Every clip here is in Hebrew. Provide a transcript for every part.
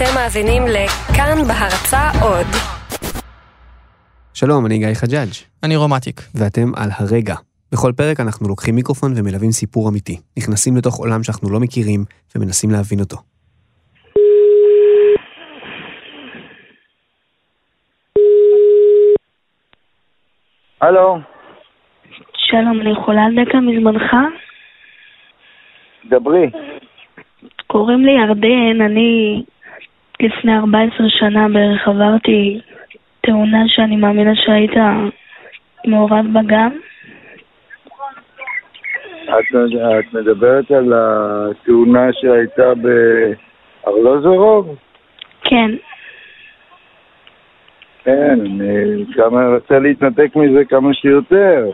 אתם מאזינים לכאן בהרצאה עוד. שלום, אני גיא חג'אג'. אני רומטיק. ואתם על הרגע. בכל פרק אנחנו לוקחים מיקרופון ומלווים סיפור אמיתי. נכנסים לתוך עולם שאנחנו לא מכירים ומנסים להבין אותו. הלו. שלום, אני יכולה דקה מזמנך? דברי. קוראים לי ירדן, אני לפני 14 שנה בערך עברתי תאונה שאני מאמינה שהיית מעורב בה גם. את מדברת על התאונה שהייתה בארלוזורוב? כן. כן, אני רוצה להתנתק מזה כמה שיותר.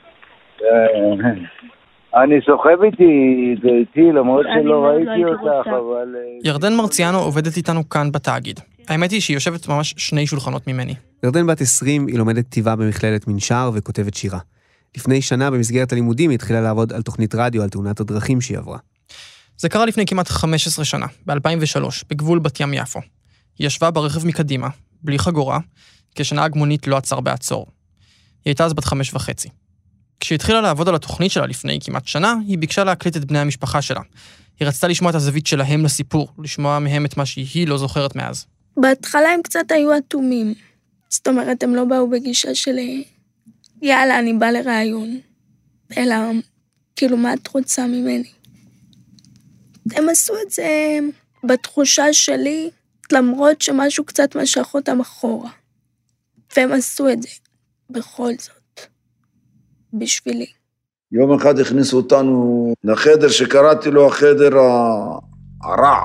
אני סוחב איתי, למרות שלא ראיתי אותך, אבל... ירדן מרציאנו עובדת איתנו כאן בתאגיד. האמת היא שהיא יושבת ממש 2 שולחנות ממני. ירדן בת 20, היא לומדת כתיבה במכללת מנשר וכותבת שירה. לפני שנה במסגרת הלימודים היא התחילה לעבוד על תוכנית רדיו על תאונת הדרכים שהיא עברה. זה קרה לפני כמעט 15 שנה, ב-2003, בגבול בת ים יפו. היא ישבה ברכב מקדימה, בלי חגורה, כשנהג מונית לא עצר בעצור. היא הייתה אז בת 5.5. כשהיא התחילה לעבוד על התוכנית שלה לפני כמעט שנה, היא ביקשה להקליט את בני המשפחה שלה. היא רצתה לשמוע את הזווית שלהם לסיפור, לשמוע מהם את מה שהיא לא זוכרת מאז. בהתחלה הם קצת היו אטומים. זאת אומרת, הם לא באו בגישה של יאללה, אני בא לרעיון. אלא, כאילו, מה את רוצה ממני? הם עשו את זה בתחושה שלי, למרות שמשהו קצת משך אותם אחורה. והם עשו את זה, בכל זאת, בשבילי. יום אחד הכניסו אותנו לחדר שקראתי לו החדר הרע,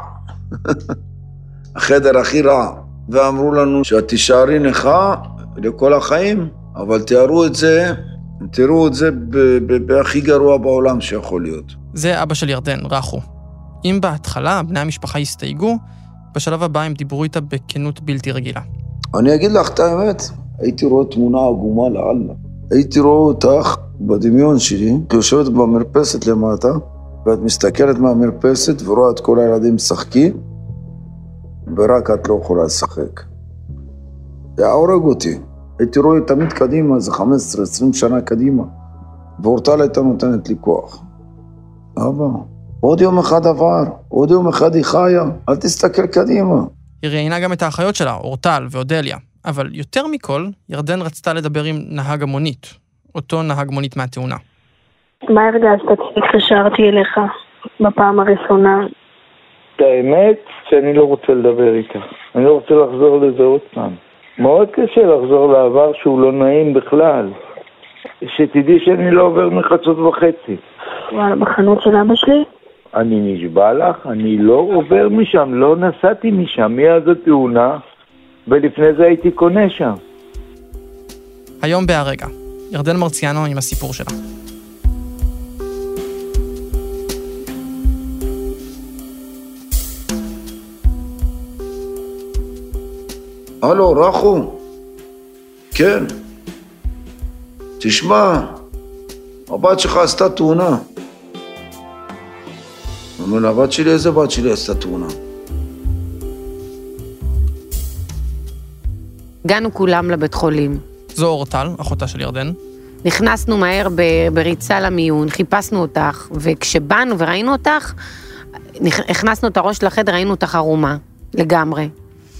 החדר הכי רע, ואמרו לנו שאת תישארי נכה לכל החיים, אבל תראו את זה בהכי גרוע בעולם שיכול להיות. זה אבא של ירדן, רחו. אם בהתחלה בני המשפחה הסתייגו, בשלב הבא הם דיברו איתה בכנות בלתי רגילה. אני אגיד לך את האמת, הייתי רואה תמונה עגומה לאללה. הייתי רואה אותך בדמיון שלי, יושבת במרפסת למטה, ואת מסתכלת מהמרפסת ורואה את כל הילדים משחקים, ורק את לא יכולה לשחק. זה הורג אותי. הייתי רואה תמיד קדימה, זה 15-20 שנה קדימה, ואורטל הייתה נותנת לי כוח. אבא, עוד יום אחד עבר, עוד יום אחד היא חיה, אל תסתכל קדימה. היא ראיינה גם את האחיות שלה, אורטל ואודליה. אבל יותר מכל, ירדן רצתה לדבר עם נהג המונית, אותו נהג מונית מהתאונה. מה הרגשת? התקשרתי אליך בפעם הראשונה. את האמת שאני לא רוצה לדבר איתך. אני לא רוצה לחזור לזה עוד פעם. מאוד קשה לחזור לעבר שהוא לא נעים בכלל. שתדעי שאני לא עובר מחצות וחצי. וואלה, בחנות של אבא שלי? אני נשבע לך, אני לא עובר משם, לא נסעתי משם, מאז התאונה. ולפני זה הייתי קונה שם. היום בהרגע, ירדן מרציאנו עם הסיפור שלה. הלו, רחו. כן. תשמע, הבת שלך עשתה תאונה. אומר לה, הבת שלי, איזה בת שלי עשתה תאונה? הגענו כולם לבית חולים. זו אורטל, אחותה של ירדן. נכנסנו מהר בריצה למיון, חיפשנו אותך, וכשבאנו וראינו אותך, הכנסנו את הראש לחדר, ראינו אותך ערומה, לגמרי.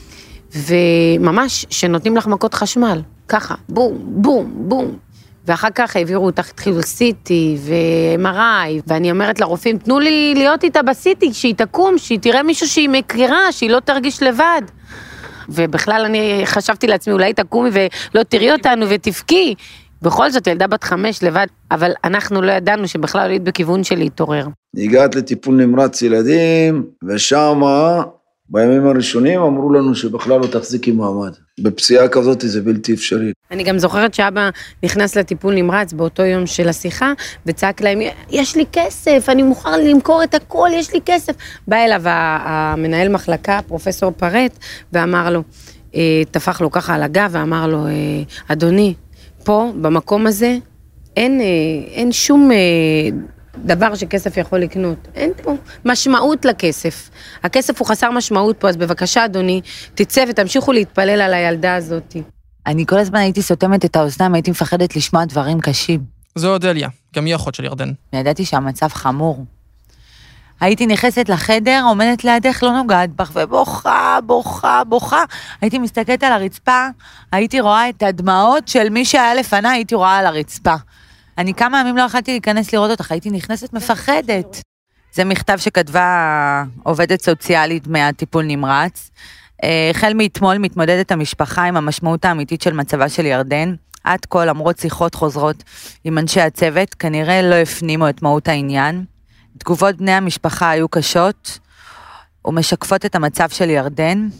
וממש שנותנים לך מכות חשמל, ככה, בום, בום, בום. ואחר כך העבירו אותך, התחילו סיטי ו-MRI, ואני אומרת לרופאים, תנו לי להיות איתה בסיטי, שהיא תקום, שהיא תראה מישהו שהיא מכירה, שהיא לא תרגיש לבד. ובכלל אני חשבתי לעצמי, אולי תקומי ולא תראי אותנו ותפקי. בכל זאת, ילדה בת 5 לבד, אבל אנחנו לא ידענו שבכלל לא היית בכיוון של להתעורר. הגעת לטיפול נמרץ ילדים, ושם בימים הראשונים אמרו לנו שבכלל לא תחזיקי מעמד. בפציעה כזאת זה בלתי אפשרי. אני גם זוכרת שאבא נכנס לטיפול נמרץ באותו יום של השיחה, וצעק להם, יש לי כסף, אני מוכן למכור את הכל, יש לי כסף. בא אליו המנהל מחלקה, פרופסור פרט, ואמר לו, תפח לו ככה על הגב, ואמר לו, אדוני, פה, במקום הזה, אין שום דבר שכסף יכול לקנות. אין פה משמעות לכסף. הכסף הוא חסר משמעות פה, אז בבקשה, אדוני, תצא ותמשיכו להתפלל על הילדה הזאת. אני כל הזמן הייתי סותמת את האוזניים, הייתי מפחדת לשמוע דברים קשים. זו אודליה, גם היא אחות של ירדן. ידעתי שהמצב חמור. הייתי נכנסת לחדר, עומדת לידך, לא נוגעת בך, ובוכה, בוכה, בוכה. הייתי מסתכלת על הרצפה, הייתי רואה את הדמעות של מי שהיה לפני, הייתי רואה על הרצפה. אני כמה ימים לא יכלתי להיכנס לראות אותך, הייתי נכנסת מפחדת. זה מכתב שכתבה עובדת סוציאלית מהטיפול נמרץ. החל מאתמול מתמודדת המשפחה עם המשמעות האמיתית של מצבה של ירדן. עד כה, למרות שיחות חוזרות עם אנשי הצוות, כנראה לא הפנימו את מהות העניין. תגובות בני המשפחה היו קשות, ומשקפות את המצב של ירדן.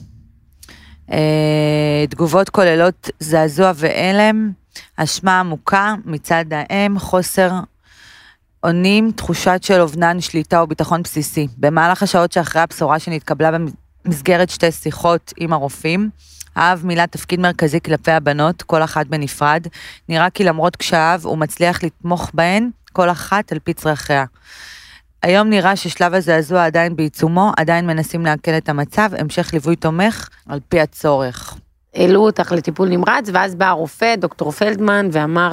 תגובות כוללות זעזוע ואלם, אשמה עמוקה מצד האם, חוסר אונים, תחושת של אובדן שליטה וביטחון בסיסי. במהלך השעות שאחרי הבשורה שנתקבלה במסגרת שתי שיחות עם הרופאים, האב מילא תפקיד מרכזי כלפי הבנות, כל אחת בנפרד. נראה כי למרות קשייו הוא מצליח לתמוך בהן, כל אחת על פי צרכיה. היום נראה ששלב הזעזוע עדיין בעיצומו, עדיין מנסים להקל את המצב, המשך ליווי תומך על פי הצורך. העלו אותך לטיפול נמרץ, ואז בא הרופא, דוקטור פלדמן, ואמר,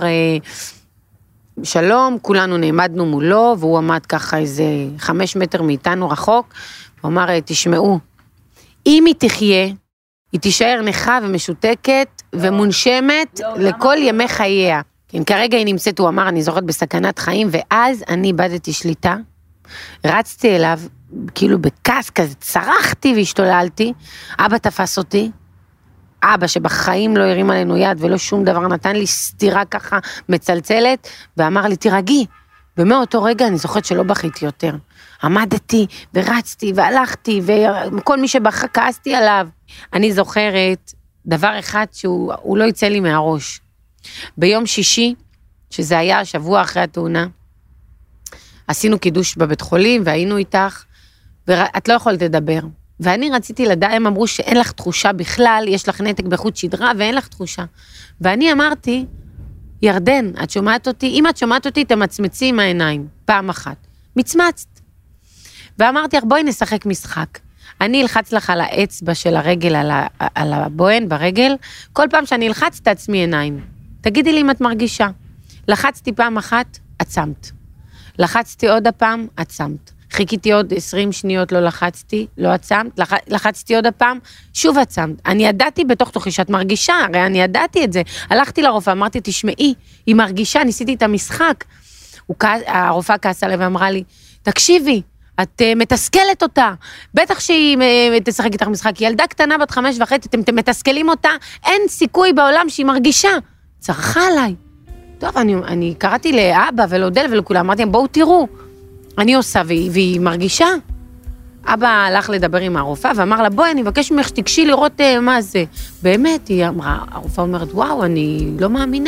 שלום, כולנו נעמדנו מולו, והוא עמד ככה איזה 5 מטר מאיתנו רחוק, הוא אמר, תשמעו, אם היא תחיה, היא תישאר נכה ומשותקת ומונשמת לכל ימי חייה. כן, כרגע היא נמצאת, הוא אמר, אני זוכרת בסכנת חיים, ואז אני איבדתי שליטה, רצתי אליו, כאילו בכעס כזה, צרחתי והשתוללתי, אבא תפס אותי, אבא שבחיים לא הרים עלינו יד ולא שום דבר, נתן לי סתירה ככה מצלצלת, ואמר לי, תירגעי. ומאותו רגע אני זוכרת שלא בכיתי יותר. עמדתי ורצתי והלכתי, וכל מי שבכה כעסתי עליו. אני זוכרת דבר אחד שהוא לא יצא לי מהראש. ביום שישי, שזה היה שבוע אחרי התאונה, עשינו קידוש בבית חולים והיינו איתך, ואת לא יכולת לדבר. ואני רציתי לדעת, הם אמרו שאין לך תחושה בכלל, יש לך נתק בחוט שדרה ואין לך תחושה. ואני אמרתי, ירדן, את שומעת אותי? אם את שומעת אותי, תמצמצי עם העיניים, פעם אחת. מצמצת. ואמרתי לך, בואי נשחק משחק. אני אלחץ לך על האצבע של הרגל, על הבוהן ברגל, כל פעם שאני אלחץ תעצמי עיניים. תגידי לי אם את מרגישה. לחצתי פעם אחת, עצמת. לחצתי עוד הפעם, עצמת. חיכיתי עוד 20 שניות, לא לחצתי, לא עצמת, לחצתי עוד הפעם, שוב עצמת. אני ידעתי בתוך תוכי שאת מרגישה, הרי אני ידעתי את זה. הלכתי לרופאה, אמרתי, תשמעי, היא מרגישה, ניסיתי את המשחק. הרופאה כעסה לי ואמרה לי, תקשיבי, את מתסכלת אותה, בטח שהיא תשחק איתך משחק, היא ילדה קטנה בת 5.5, אתם מתסכלים אותה, אין סיכוי בעולם שהיא מרגישה. צרחה עליי. טוב, אני קראתי לאבא ולאודל ולכולם, אמרתי, בואו תראו. אני עושה והיא מרגישה. אבא הלך לדבר עם הרופאה ואמר לה, בואי, אני מבקש ממך שתקשי לראות מה זה. באמת, היא אמרה, הרופאה אומרת, וואו, אני לא מאמינה.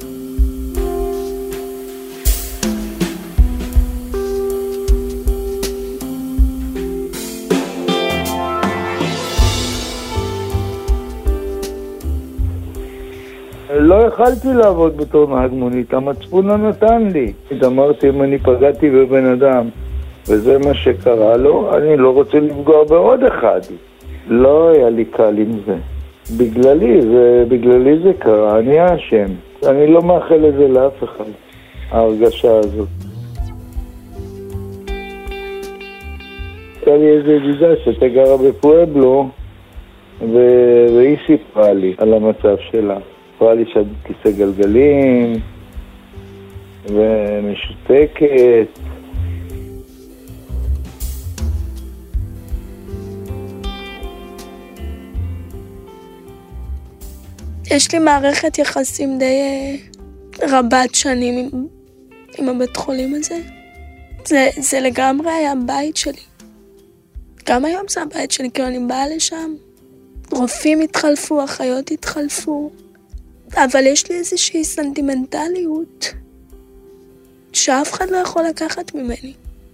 לא יכלתי לעבוד בתור נהג מונית, המצפון לא נתן לי. אמרתי, אם אני פגעתי בבן אדם, וזה מה שקרה לו, אני לא רוצה לפגוע בעוד אחד. לא היה לי קל עם זה. בגללי זה קרה, אני האשם. אני לא מאחל את זה לאף אחד, ההרגשה הזאת. הייתה לי איזו ידידה שאתה גרה בפואבלו, והיא סיפרה לי על המצב שלה. סיפרה לי שאת כיסא גלגלים, ומשותקת. יש לי מערכת יחסים די רבת שנים עם הבית חולים הזה. זה לגמרי היה הבית שלי. גם היום זה הבית שלי, כי אני באה לשם. רופאים התחלפו, אחיות התחלפו. אבל יש לי איזושהי סנטימנטליות שאף אחד לא יכול לקחת ממני.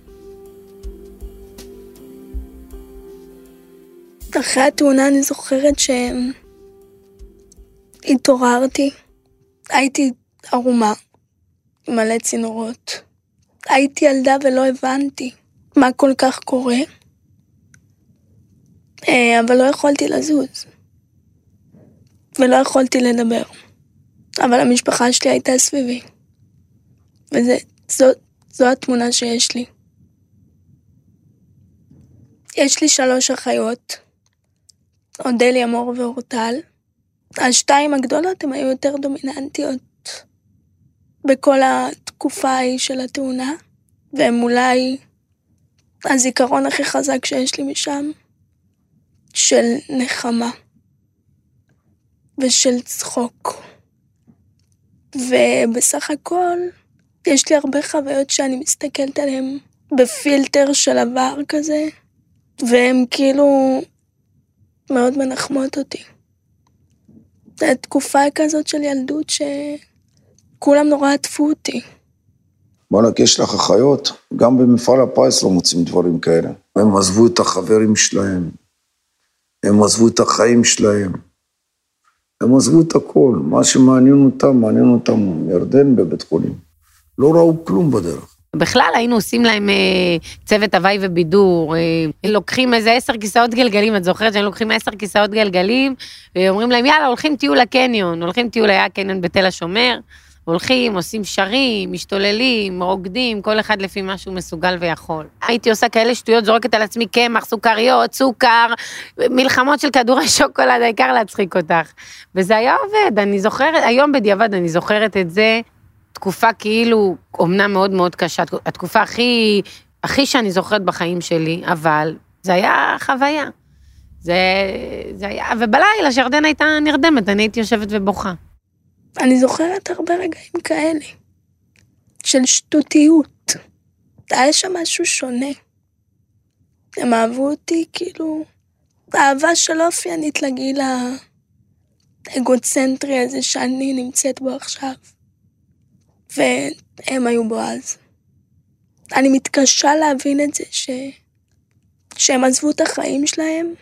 אחרי התאונה אני זוכרת שהתעוררתי, הייתי ערומה, עם מלא צינורות. הייתי ילדה ולא הבנתי מה כל כך קורה, אבל לא יכולתי לזוז, ולא יכולתי לדבר. אבל המשפחה שלי הייתה סביבי, וזו התמונה שיש לי. יש לי 3 אחיות, אודליה, מור ואורטל. 2 הגדולות הן היו יותר דומיננטיות בכל התקופה ההיא של התאונה, והן אולי הזיכרון הכי חזק שיש לי משם, של נחמה ושל צחוק. ובסך הכל יש לי הרבה חוויות שאני מסתכלת עליהן בפילטר של עבר כזה, והן כאילו מאוד מנחמות אותי. זו תקופה כזאת של ילדות שכולם נורא עטפו אותי. בוא'נק, יש לך אחיות, גם במפעל הפיס לא מוצאים דברים כאלה. הם עזבו את החברים שלהם, הם עזבו את החיים שלהם, הם עזבו את הכל. מה שמעניין אותם ירדן בבית חולים. לא ראו כלום בדרך. בכלל היינו עושים להם צוות הוואי ובידור, לוקחים איזה 10 כיסאות גלגלים, את זוכרת שהם לוקחים 10 כיסאות גלגלים, ואומרים להם יאללה, הולכים טיול לקניון, היה קניון בתל השומר, הולכים, עושים שרים, משתוללים, רוקדים, כל אחד לפי מה שהוא מסוגל ויכול. הייתי עושה כאלה שטויות, זורקת על עצמי קמח, סוכריות, סוכר, מלחמות של כדורי שוקולד, העיקר להצחיק אותך. וזה היה עובד, אני זוכרת, היום בדיעבד אני זוכרת את זה, תקופה כאילו, אומנם מאוד מאוד קשה, התקופה הכי שאני זוכרת בחיים שלי, אבל זה היה חוויה. זה היה, ובלילה שירדן הייתה נרדמת, אני הייתי יושבת ובוכה. אני זוכרת הרבה רגעים כאלה, של שטותיות. היה שם משהו שונה. הם אהבו אותי כאילו, אהבה שלא אופיינית לגיל האגוצנטרי הזה שאני נמצאת בו עכשיו. והם היו בו אז. אני מתקשה להבין את זה שהם עזבו את החיים שלהם,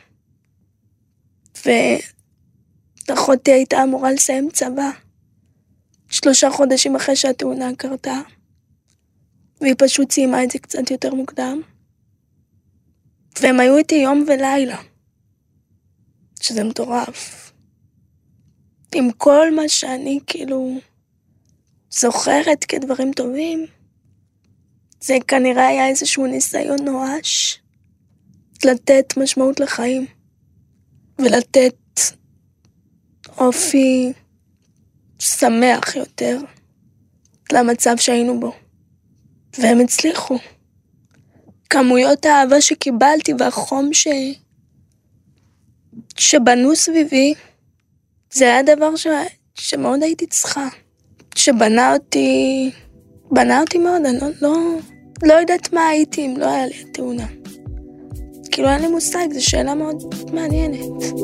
ואחותי הייתה אמורה לסיים צבא 3 חודשים אחרי שהתאונה קרתה, והיא פשוט סיימה את זה קצת יותר מוקדם, והם היו איתי יום ולילה, שזה מטורף. עם כל מה שאני כאילו זוכרת כדברים טובים, זה כנראה היה איזשהו ניסיון נואש לתת משמעות לחיים, ולתת אופי שמח יותר למצב שהיינו בו. והם הצליחו. כמויות האהבה שקיבלתי והחום שבנו סביבי, זה היה דבר שמאוד הייתי צריכה. שבנה אותי מאוד, אני לא יודעת מה הייתי אם לא היה לי התאונה. כאילו אין לי מושג, זו שאלה מאוד מעניינת.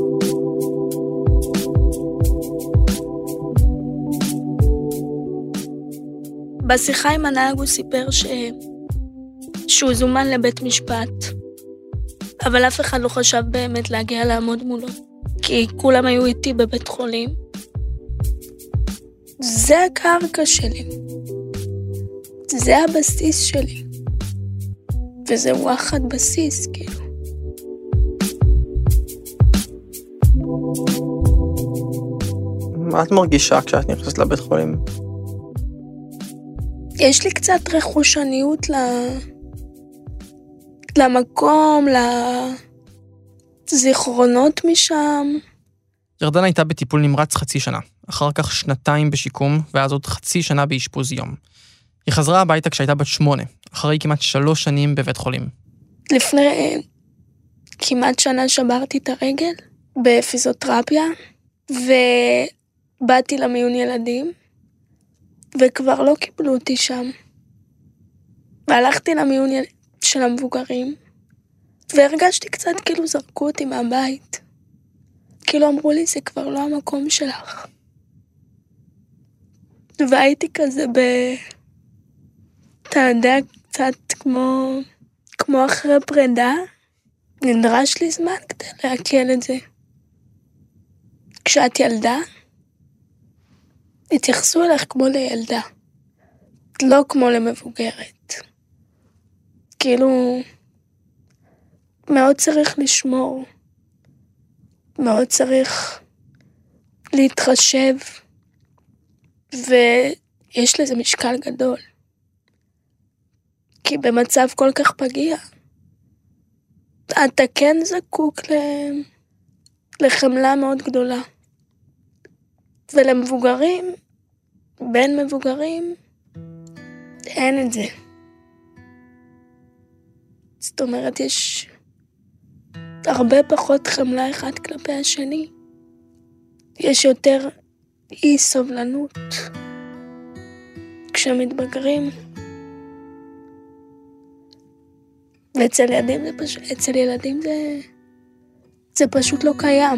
בשיחה עם הנהג הוא סיפר שהוא זומן לבית משפט, אבל אף אחד לא חשב באמת להגיע לעמוד מולו, כי כולם היו איתי בבית חולים. זה הקרקע שלי, זה הבסיס שלי, וזה וואחד בסיס, כאילו. מה את מרגישה כשאת נכנסת לבית חולים? יש לי קצת רכושניות למקום, לזיכרונות משם. ירדן הייתה בטיפול נמרץ 0.5 שנה, אחר כך 2 בשיקום, ואז עוד 0.5 שנה באשפוז יום. היא חזרה הביתה כשהייתה בת 8, אחרי כמעט 3 שנים בבית חולים. לפני כמעט שנה שברתי את הרגל בפיזיותרפיה, ובאתי למיון ילדים, וכבר לא קיבלו אותי שם. והלכתי למיון של המבוגרים, והרגשתי קצת כאילו זרקו אותי מהבית. כאילו אמרו לי, זה כבר לא המקום שלך. והייתי כזה אתה יודע, קצת כמו אחרי פרידה, נדרש לי זמן כדי להקל את זה. כשאת ילדה, התייחסו אליך כמו לילדה, לא כמו למבוגרת. כאילו, מאוד צריך לשמור, מאוד צריך להתחשב, ויש לזה משקל גדול. כי במצב כל כך פגיע, אתה כן זקוק לחמלה מאוד גדולה. ולמבוגרים, בין מבוגרים, אין את זה. זאת אומרת, יש הרבה פחות חמלה אחד כלפי השני. יש יותר אי סובלנות. כשמתבגרים, ואצל ילדים זה פשוט לא קיים.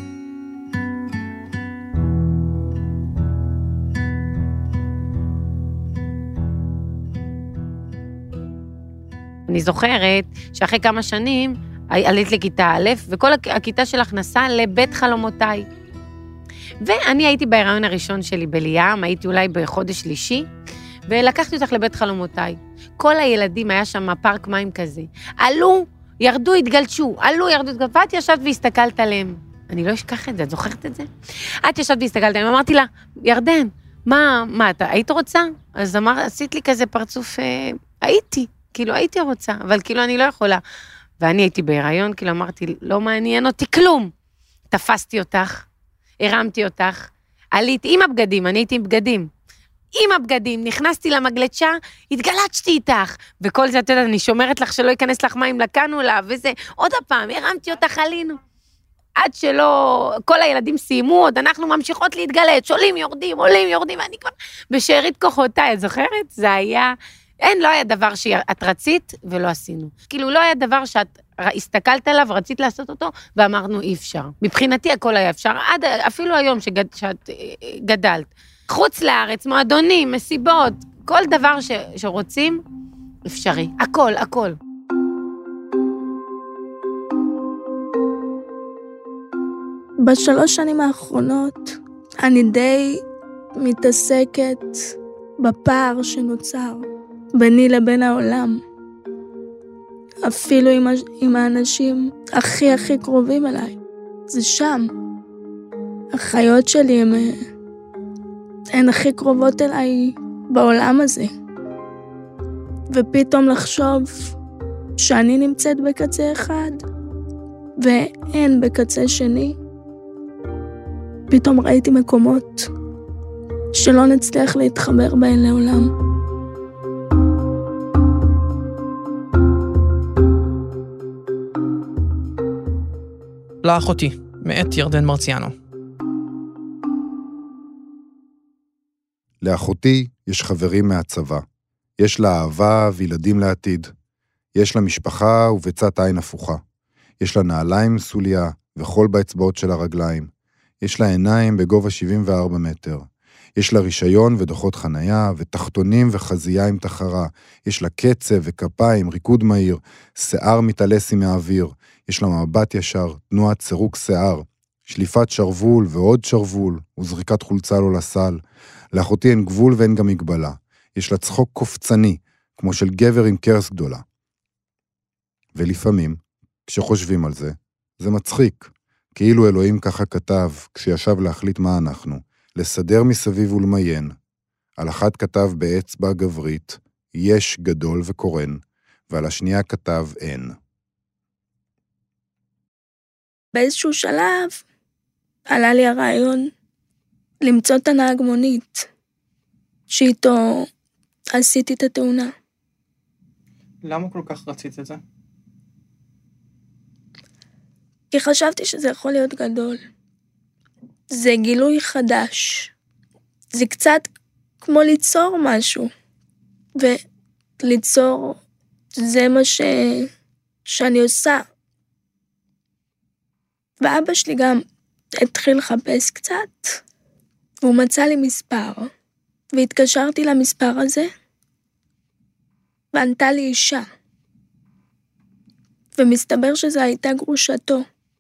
אני זוכרת שאחרי כמה שנים עלית לכיתה א', וכל הכיתה שלך נסעה לבית חלומותיי. ואני הייתי בהיריון הראשון שלי בליאם, הייתי אולי בחודש שלישי, ולקחתי אותך לבית חלומותיי. כל הילדים, היה שם פארק מים כזה. עלו, ירדו, התגלשו, ואת ישבת והסתכלת עליהם. אני לא אשכח את זה, את זוכרת את זה? את ישבת והסתכלת עליהם, אמרתי לה, ירדן, מה אתה, היית רוצה? אז עשית לי כזה פרצוף, הייתי רוצה, אבל כאילו אני לא יכולה. ואני הייתי בהיריון, כאילו אמרתי, לא מעניין אותי כלום. תפסתי אותך, הרמתי אותך, עליתי עם הבגדים, אני הייתי עם בגדים. עם הבגדים, נכנסתי למגלצ'ה, התגלצתי איתך. וכל זה, את יודעת, אני שומרת לך שלא ייכנס לך מים לקנולה, וזה, עוד הפעם, הרמתי אותך, עלינו. עד שלא, כל הילדים סיימו, עוד אנחנו ממשיכות להתגלץ, עולים, יורדים, ואני כבר בשארית כוחותיי, את זוכרת? זה היה... לא היה דבר שאת רצית ולא עשינו. כאילו, לא היה דבר שאת הסתכלת עליו, רצית לעשות אותו, ואמרנו, אי אפשר. מבחינתי הכל היה אפשר, אפילו היום שאת גדלת. חוץ לארץ, מועדונים, מסיבות, כל דבר שרוצים, אפשרי. הכל. בשלוש שנים האחרונות, אני די מתעסקת בפער שנוצר. ביני לבין העולם. אפילו עם האנשים הכי קרובים אליי. זה שם. החיות שלי הן הכי קרובות אליי בעולם הזה. ופתאום לחשוב שאני נמצאת בקצה אחד, ואין בקצה שני. פתאום ראיתי מקומות שלא נצליח להתחבר בהן לעולם. לאחותי, מאת ירדן מרציאנו. לאחותי יש חברים מהצבא. יש לה אהבה וילדים לעתיד. יש לה משפחה ובצעת עין הפוכה. יש לה נעליים סוליה וחול באצבעות של הרגליים. יש לה עיניים בגובה 74 מטר. יש לה רישיון ודוחות חנייה ותחתונים וחזייה עם תחרה. יש לה קצב וכפיים, ריקוד מהיר, שיער מתעלסי מהאוויר. יש לה מבט ישר, תנועת סירוק שיער, שליפת שרוול ועוד שרוול, וזריקת חולצה לו לסל. לאחותי אין גבול ואין גם מגבלה. יש לה צחוק קופצני, כמו של גבר עם קרס גדולה. ולפעמים, כשחושבים על זה, זה מצחיק. כאילו אלוהים ככה כתב, כשישב להחליט מה אנחנו, לסדר מסביב ולמיין. על אחת כתב באצבע גברית, יש גדול וקורן, ועל השנייה כתב אין. באיזשהו שלב עלה לי הרעיון למצוא את הנהג מונית, שאיתו עשיתי את התאונה. למה כל כך רצית את זה? כי חשבתי שזה יכול להיות גדול. זה גילוי חדש. זה קצת כמו ליצור משהו. וליצור זה מה שאני עושה. ואבא שלי גם התחיל לחפש קצת, והוא מצא לי מספר, והתקשרתי למספר הזה, וענתה לי אישה. ומסתבר שזו הייתה גרושתו,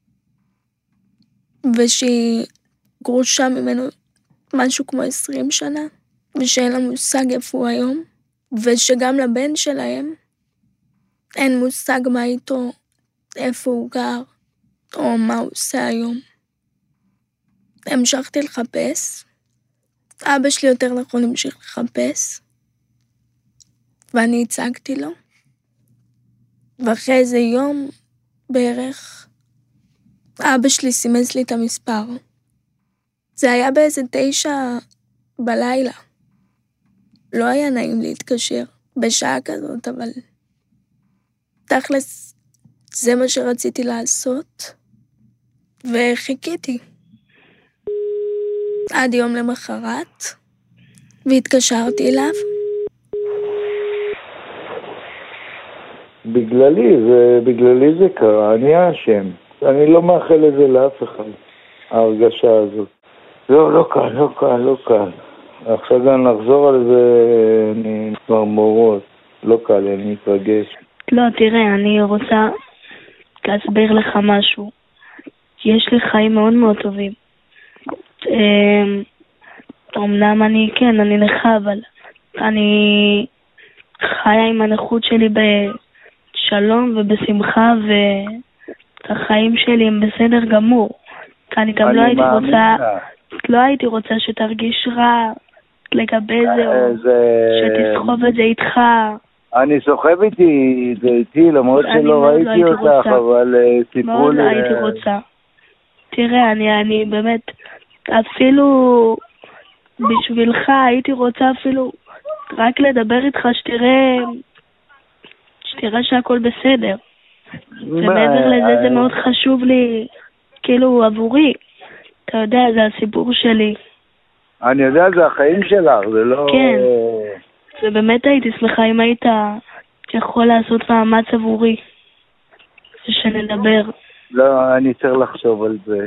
ושהיא גרושה ממנו משהו כמו 20 שנה, ושאין לה מושג איפה הוא היום, ושגם לבן שלהם אין מושג מה איתו, איפה הוא גר, או מה הוא עושה היום. המשכתי לחפש, אבא שלי יותר נכון המשיך לחפש, ואני הצגתי לו, ואחרי איזה יום בערך, אבא שלי סימס לי את המספר. זה היה באיזה 9 בלילה. לא היה נעים להתקשר בשעה כזאת, אבל תכלס זה מה שרציתי לעשות, וחיכיתי. עד יום למחרת, והתקשרתי אליו. בגללי זה קרה, אני האשם. אני לא מאחל את זה לאף אחד, ההרגשה הזאת. לא קל. עכשיו גם לחזור על זה, אני מרמורות. לא קל, אני מתרגש. לא, תראה, אני רוצה להסביר לך משהו. יש לי חיים מאוד מאוד טובים. אמנם אני נכה, אבל אני חיה עם הנכות שלי בשלום ובשמחה, והחיים שלי הם בסדר גמור. אני גם לא הייתי רוצה שתרגיש רע לגבי זה, או שתסחוב את זה איתך. אני סוחב איתי, למרות שלא ראיתי אותך, אבל סיפרו לי... מאוד לא הייתי רוצה. תראה, אני באמת, אפילו בשבילך הייתי רוצה אפילו רק לדבר איתך, שתראה שהכל בסדר. ומעבר לזה זה מאוד חשוב לי, כאילו עבורי. אתה יודע, זה הסיפור שלי. אני יודע, זה החיים שלך, זה לא... כן, ובאמת הייתי שמחה אם היית יכול לעשות מאמץ עבורי, ושנדבר. לא, אני צריך לחשוב על זה.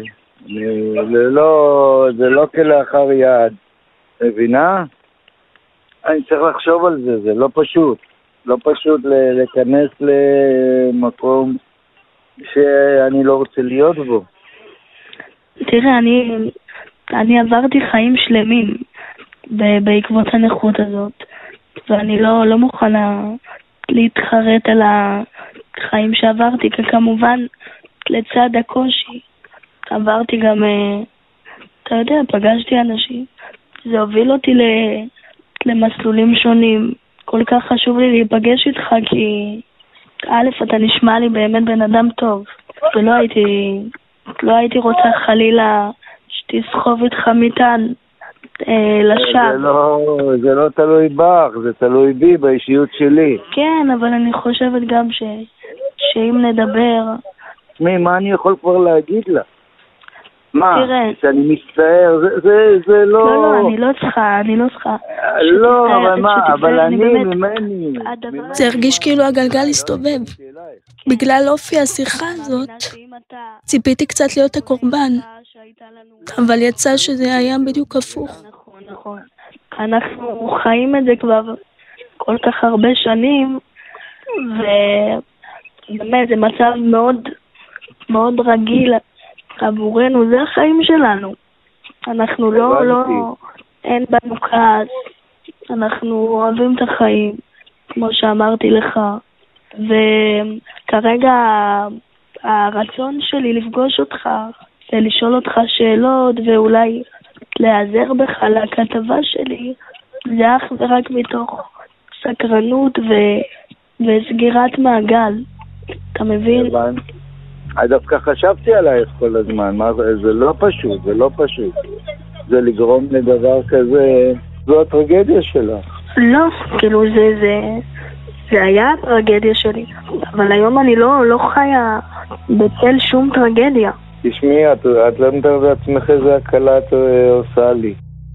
זה לא כלאחר יד. מבינה? אני צריך לחשוב על זה, זה לא פשוט. לא פשוט להיכנס למקום שאני לא רוצה להיות בו. תראה, אני עברתי חיים שלמים בעקבות הנכות הזאת, ואני לא מוכנה להתחרט על החיים שעברתי, כי כמובן לצד הקושי עברתי גם, אתה יודע, פגשתי אנשים. זה הוביל אותי למסלולים שונים. כל כך חשוב לי להיפגש איתך, כי א', אתה נשמע לי באמת בן אדם טוב, ולא הייתי רוצה חלילה שתסחוב איתך מטען לשווא. זה לא תלוי בך, זה תלוי בי, באישיות שלי. כן, אבל אני חושבת גם שאם נדבר... מה אני יכול כבר להגיד לה? מה? תראה. שאני מצטער, זה לא... לא, אני לא צריכה. לא, אבל מה? אבל אני ממני. זה הרגיש כאילו הגלגל הסתובב. בגלל אופי השיחה הזאת, ציפיתי קצת להיות הקורבן. אבל יצא שזה היה בדיוק הפוך. נכון. אנחנו חיים את זה כבר כל כך הרבה שנים, ובאמת זה מצב מאוד מאוד רגיל עבורנו, זה החיים שלנו. אנחנו אין בנו כעס, אנחנו אוהבים את החיים, כמו שאמרתי לך, וכרגע הרצון שלי לפגוש אותך, ולשאול אותך שאלות, ואולי להיעזר בך לכתבה שלי, זה אך ורק מתוך סקרנות וסגירת מעגל. אתה מבין? דווקא חשבתי עלייך כל הזמן, זה לא פשוט, זה לגרום לדבר כזה, זו הטרגדיה שלך. לא, כאילו זה היה הטרגדיה שלי, אבל היום אני לא חיה בצל שום טרגדיה. תשמעי, את לא מתארת לעצמך איזה הקלה את עושה לי.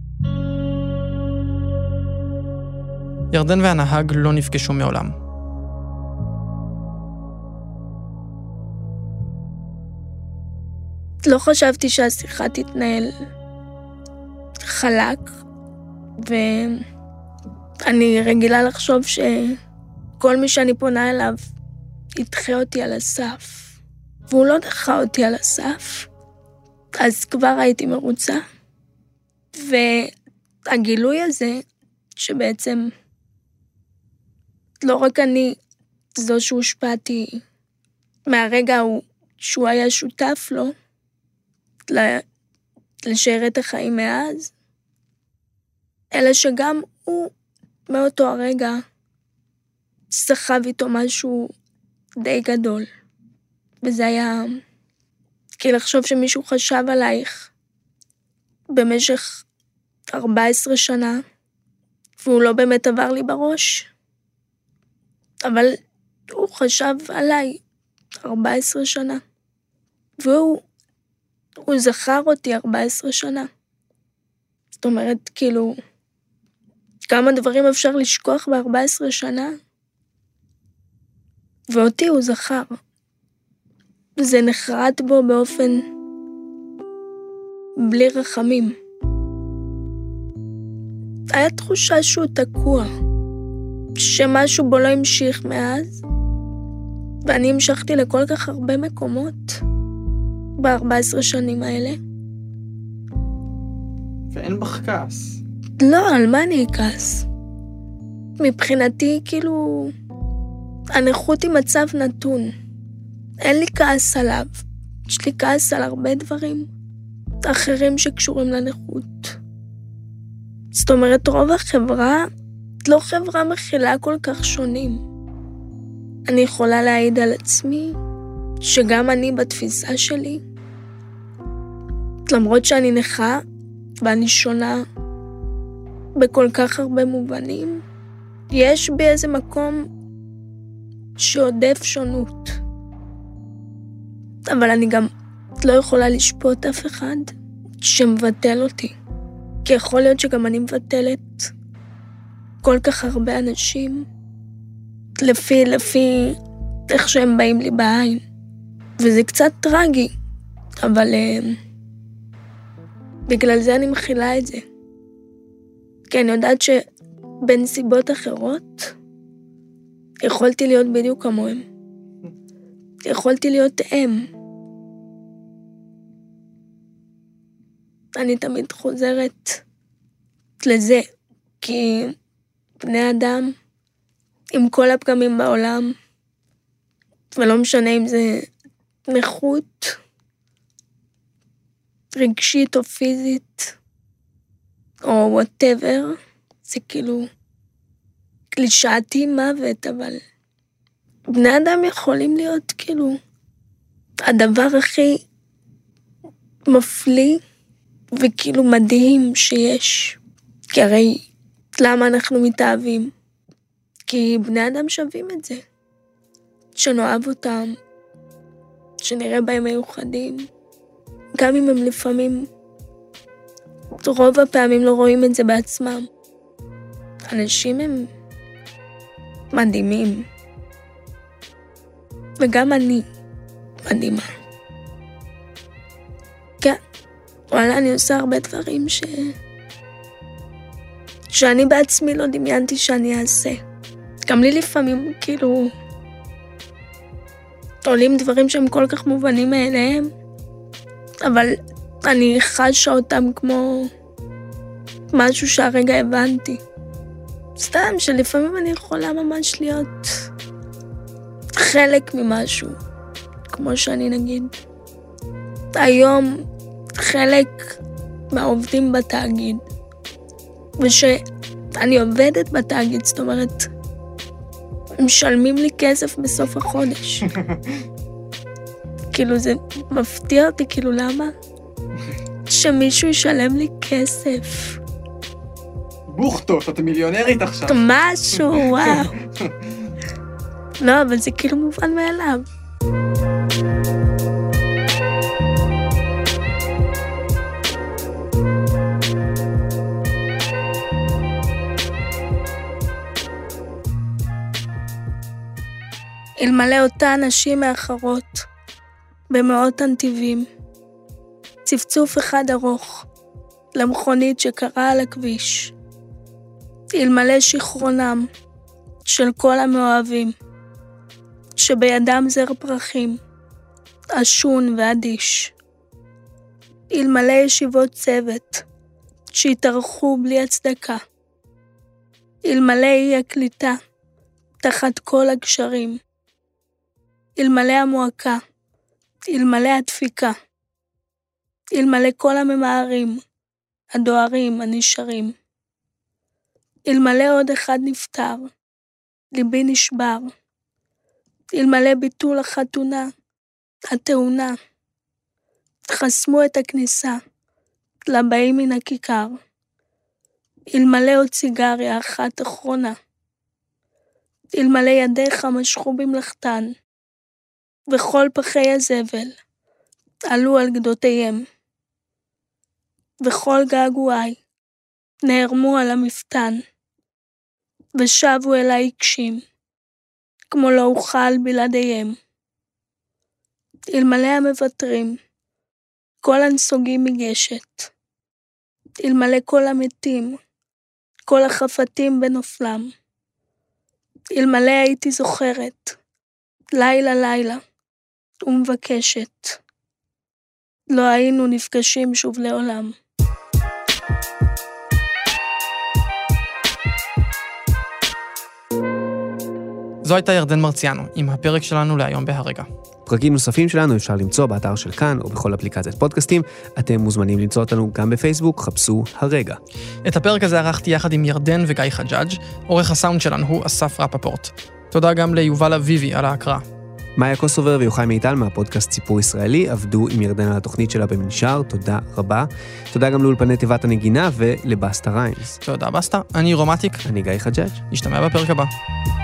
ירדן והנהג לא נפגשו מעולם. לא חשבתי שהשיחה תתנהל חלק, ואני רגילה לחשוב שכל מי שאני פונה אליו ידחה אותי על הסף. והוא לא דחה אותי על הסף, אז כבר הייתי מרוצה. והגילוי הזה, שבעצם לא רק אני זו שהושפעתי מהרגע שהוא היה שותף לו, לשאר את החיים מאז, אלא שגם הוא מאותו הרגע סחב איתו משהו די גדול. וזה היה כי לחשוב שמישהו חשב עלייך במשך 14 שנה, והוא לא באמת עבר לי בראש, אבל הוא חשב עליי 14 שנה, והוא זכר אותי 14 שנה. זאת אומרת, כאילו, כמה דברים אפשר לשכוח ב14 שנה, ואותי הוא זכר. זה נחרט בו באופן בלי רחמים. היה תחושה שהוא תקוע, שמשהו בו לא המשיך מאז, ואני המשכתי לכל כך הרבה מקומות ב14 שנים האלה. ואין בך כעס. לא, על מה אני אכעס? מבחינתי, כאילו, הנכות היא מצב נתון. אין לי כעס עליו. יש לי כעס על הרבה דברים אחרים שקשורים לנכות. זאת אומרת, רוב החברה, לא חברה מכילה כל כך שונים. אני יכולה להעיד על עצמי, שגם אני בתפיסה שלי, למרות שאני נכה, ואני שונה בכל כך הרבה מובנים, יש בי איזה מקום שעודף שונות. אבל אני גם לא יכולה לשפוט אף אחד שמבטל אותי. כי יכול להיות שגם אני מבטלת כל כך הרבה אנשים לפי איך שהם באים לי בעין. וזה קצת טרגי, אבל בגלל זה אני מכילה את זה. כי אני יודעת שבנסיבות אחרות יכולתי להיות בדיוק כמוהם. יכולתי להיות אם. אני תמיד חוזרת לזה, כי בני אדם עם כל הפגמים בעולם, ולא משנה אם זה נכות רגשית או פיזית, או whatever, זה כאילו קלישאתי מוות, אבל בני אדם יכולים להיות כאילו הדבר הכי מפליא וכאילו מדהים שיש. כי הרי למה אנחנו מתאהבים? כי בני אדם שווים את זה. שנאהב אותם, שנראה בהם מיוחדים, גם אם הם לפעמים, רוב הפעמים לא רואים את זה בעצמם. אנשים הם מדהימים. וגם אני מדהימה. כן, וואלה, אני עושה הרבה דברים שאני בעצמי לא דמיינתי שאני אעשה. גם לי לפעמים, כאילו, עולים דברים שהם כל כך מובנים מאליהם, אבל אני חשה אותם כמו משהו שהרגע הבנתי. סתם שלפעמים אני יכולה ממש להיות חלק ממשהו, כמו שאני נגיד. היום חלק מהעובדים בתאגיד, ושאני עובדת בתאגיד, זאת אומרת, משלמים לי כסף בסוף החודש. כאילו זה מפתיע אותי, כאילו למה? שמישהו ישלם לי כסף. בוכטות, אתה מיליונרית עכשיו. משהו, וואו. לא, אבל זה כאילו מובן מאליו. אלמלא אותה נשים מאחרות, במאות הנתיבים, צפצוף אחד ארוך למכונית שקרה על הכביש, אלמלא שכרונם של כל המאוהבים, שבידם זר פרחים, אשון ואדיש, אלמלא ישיבות צוות שהתארחו בלי הצדקה, אלמלא אי הקליטה תחת כל הגשרים. אלמלא המועקה, אלמלא הדפיקה, אלמלא כל הממהרים, הדוהרים, הנשארים. אלמלא עוד אחד נפטר, ליבי נשבר. אלמלא ביטול החתונה, התאונה. חסמו את הכניסה, לבאים מן הכיכר. אלמלא עוד סיגריה אחת אחרונה. אלמלא ידיך משכו במלאכתן, וכל פחי הזבל עלו על גדותיהם. וכל געגועי נערמו על המפתן, ושבו אליי קשים, כמו לא אוכל בלעדיהם. אלמלא המוותרים, כל הנסוגים מגשת, אלמלא כל המתים, כל החפתים בנופלם. אלמלא הייתי זוכרת, לילה לילה, ומבקשת. לא היינו נפגשים שוב לעולם. זו הייתה ירדן מרציאנו, עם הפרק שלנו להיום בהרגע. פרקים נוספים שלנו אפשר למצוא באתר של כאן או בכל אפליקציית פודקאסטים. אתם מוזמנים למצוא אותנו גם בפייסבוק, חפשו הרגע. את הפרק הזה ערכתי יחד עם ירדן וגיא חג'אג'. עורך הסאונד שלנו הוא אסף רפפורט. תודה גם ליובל אביבי על ההקראה. מאיה קוסובר ויוחאי מיטל מהפודקאסט סיפור ישראלי עבדו עם ירדן על התוכנית שלה במנשר, תודה רבה. תודה גם לאולפני תיבת הנגינה ולבסטה ריימס. תודה בסטה, אני רומטיק. אני גיא חג'אג'. נשתמע בפרק הבא.